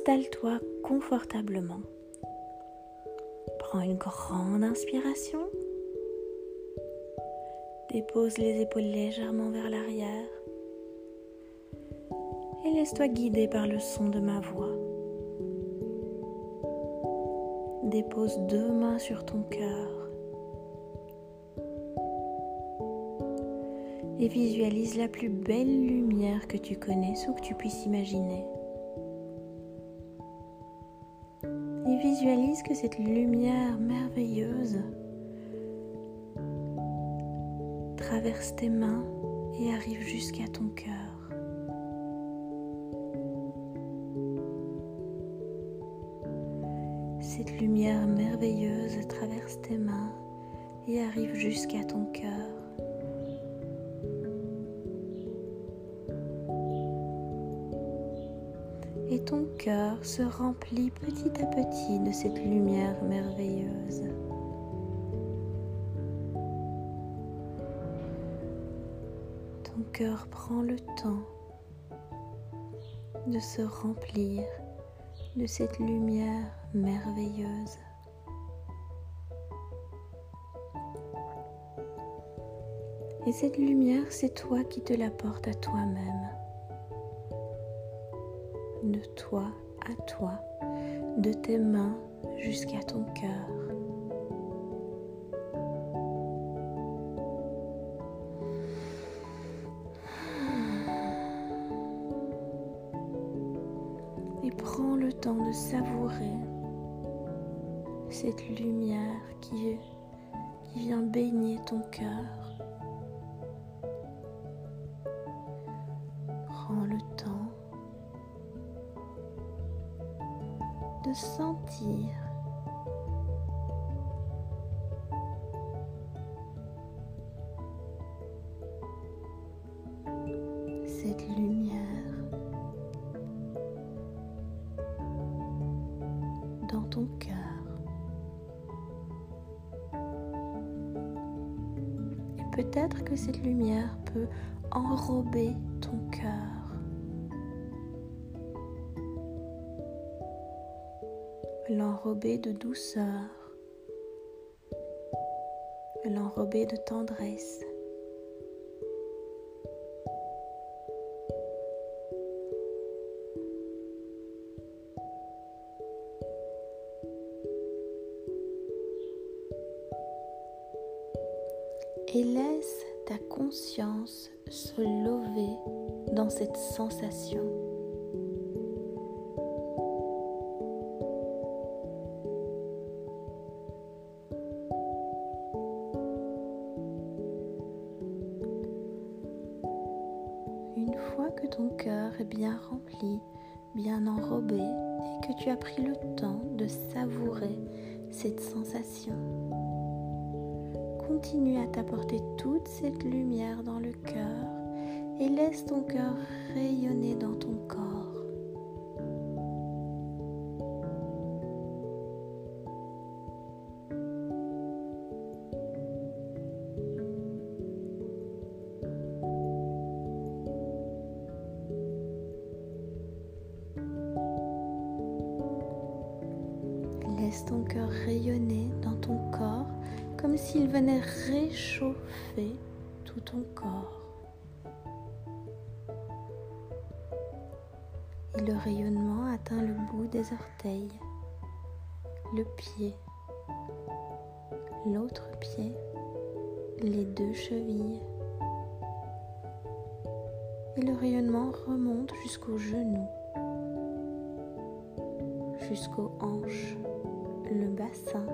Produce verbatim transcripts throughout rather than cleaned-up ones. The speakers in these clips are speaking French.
Installe-toi confortablement. Prends une grande inspiration. Dépose les épaules légèrement vers l'arrière et laisse-toi guider par le son de ma voix. Dépose deux mains sur ton cœur et visualise la plus belle lumière que tu connaisses ou que tu puisses imaginer. Et visualise que cette lumière merveilleuse traverse tes mains et arrive jusqu'à ton cœur. Cette lumière merveilleuse traverse tes mains et arrive jusqu'à ton cœur. Et ton cœur se remplit petit à petit de cette lumière merveilleuse. Ton cœur prend le temps de se remplir de cette lumière merveilleuse. Et cette lumière, c'est toi qui te l'apportes à toi-même. De toi à toi, de tes mains jusqu'à ton cœur. Et prends le temps de savourer cette lumière qui, est, qui vient baigner ton cœur. Prends le temps de sentir cette lumière dans ton cœur. Et peut-être que cette lumière peut enrober ton cœur. L'enrober de douceur, l'enrober de tendresse. Et laisse ta conscience se lever dans cette sensation. Une fois que ton cœur est bien rempli, bien enrobé et que tu as pris le temps de savourer cette sensation, continue à t'apporter toute cette lumière dans le cœur et laisse ton cœur rayonner dans ton corps. Laisse ton cœur rayonner dans ton corps comme s'il venait réchauffer tout ton corps. Et le rayonnement atteint le bout des orteils, le pied, l'autre pied, les deux chevilles. Et le rayonnement remonte jusqu'aux genoux, jusqu'aux hanches, le bassin,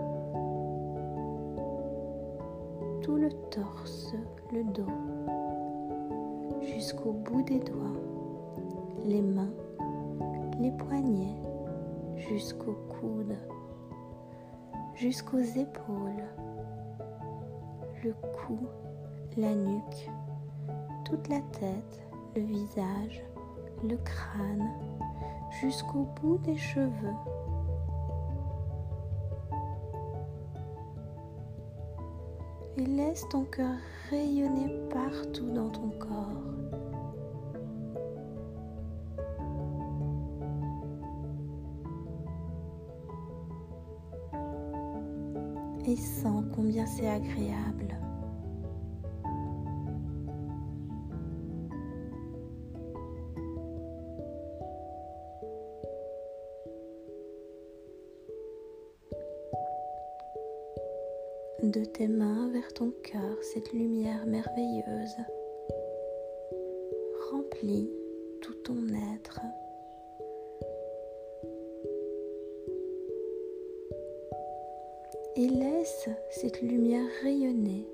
tout le torse, le dos, jusqu'au bout des doigts, les mains, les poignets, jusqu'aux coudes, jusqu'aux épaules, le cou, la nuque, toute la tête, le visage, le crâne, jusqu'au bout des cheveux. Et laisse ton cœur rayonner partout dans ton corps. et sens combien c'est agréable. De tes mains vers ton cœur, cette lumière merveilleuse remplit tout ton être. Et laisse cette lumière rayonner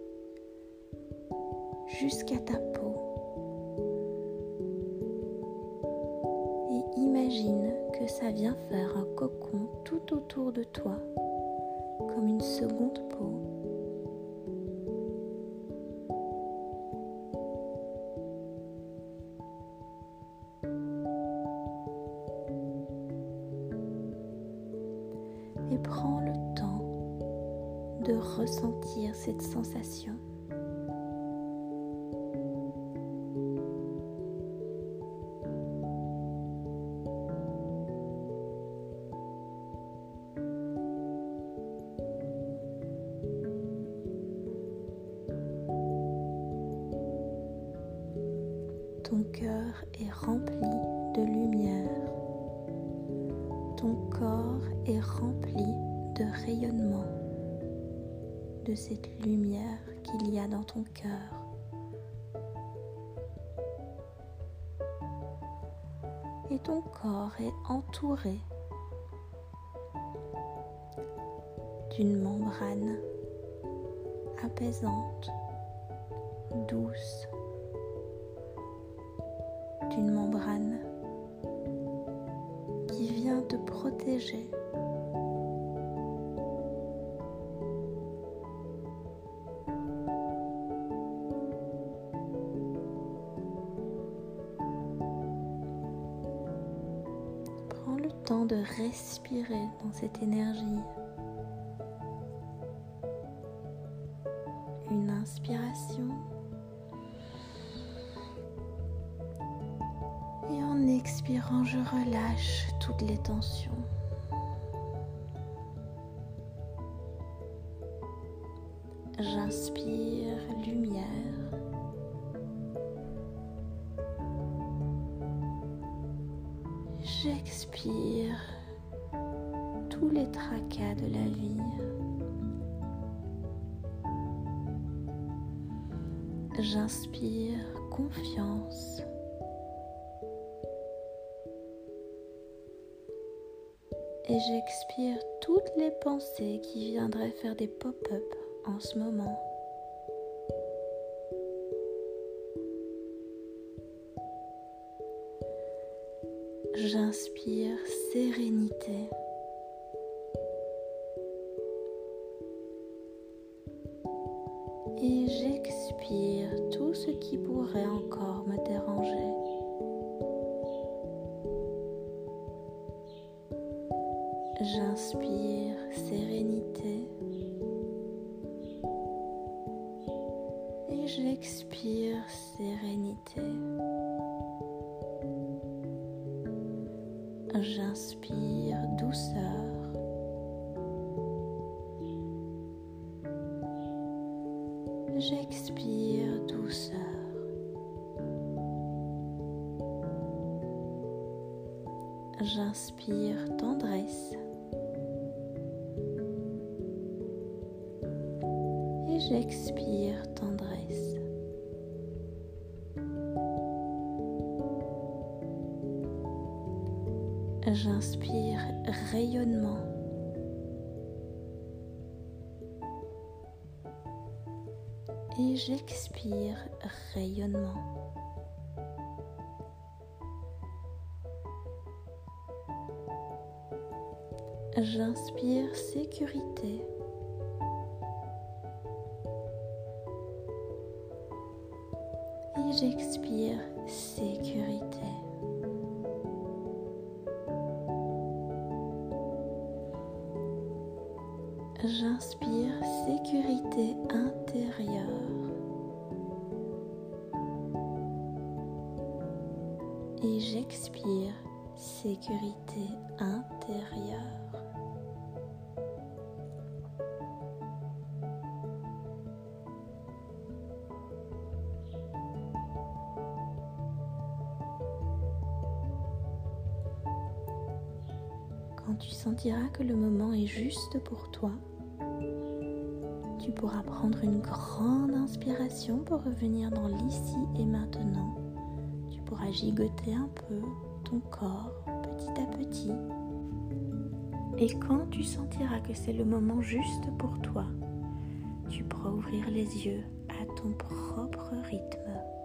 jusqu'à ta peau. Et imagine que ça vient faire un cocon tout autour de toi, comme une seconde peau. Et prends le temps de ressentir cette sensation. Ton cœur est rempli de lumière. Ton corps est rempli de rayonnement, de cette lumière qu'il y a dans ton cœur. Et ton corps est entouré d'une membrane apaisante, douce, d'une membrane qui vient te protéger. Prends le temps de respirer dans cette énergie. Une inspiration. Et en expirant, je relâche toutes les tensions. J'inspire lumière. J'expire tous les tracas de la vie. J'inspire confiance. Et j'expire toutes les pensées qui viendraient faire des pop-up en ce moment. J'inspire sérénité. Et j'expire tout ce qui pourrait encore me déranger. J'inspire sérénité et j'expire sérénité. J'inspire douceur j'expire douceur. J'inspire tendresse et j'expire tendresse. J'inspire rayonnement et j'expire rayonnement. J'inspire sécurité et j'expire sécurité. J'inspire sécurité intérieure et j'expire sécurité intérieure. tu sentiras que le moment est juste pour toi, tu pourras prendre une grande inspiration pour revenir dans l'ici et maintenant. Tu pourras gigoter un peu ton corps petit à petit. Et quand tu sentiras que c'est le moment juste pour toi, tu pourras ouvrir les yeux à ton propre rythme.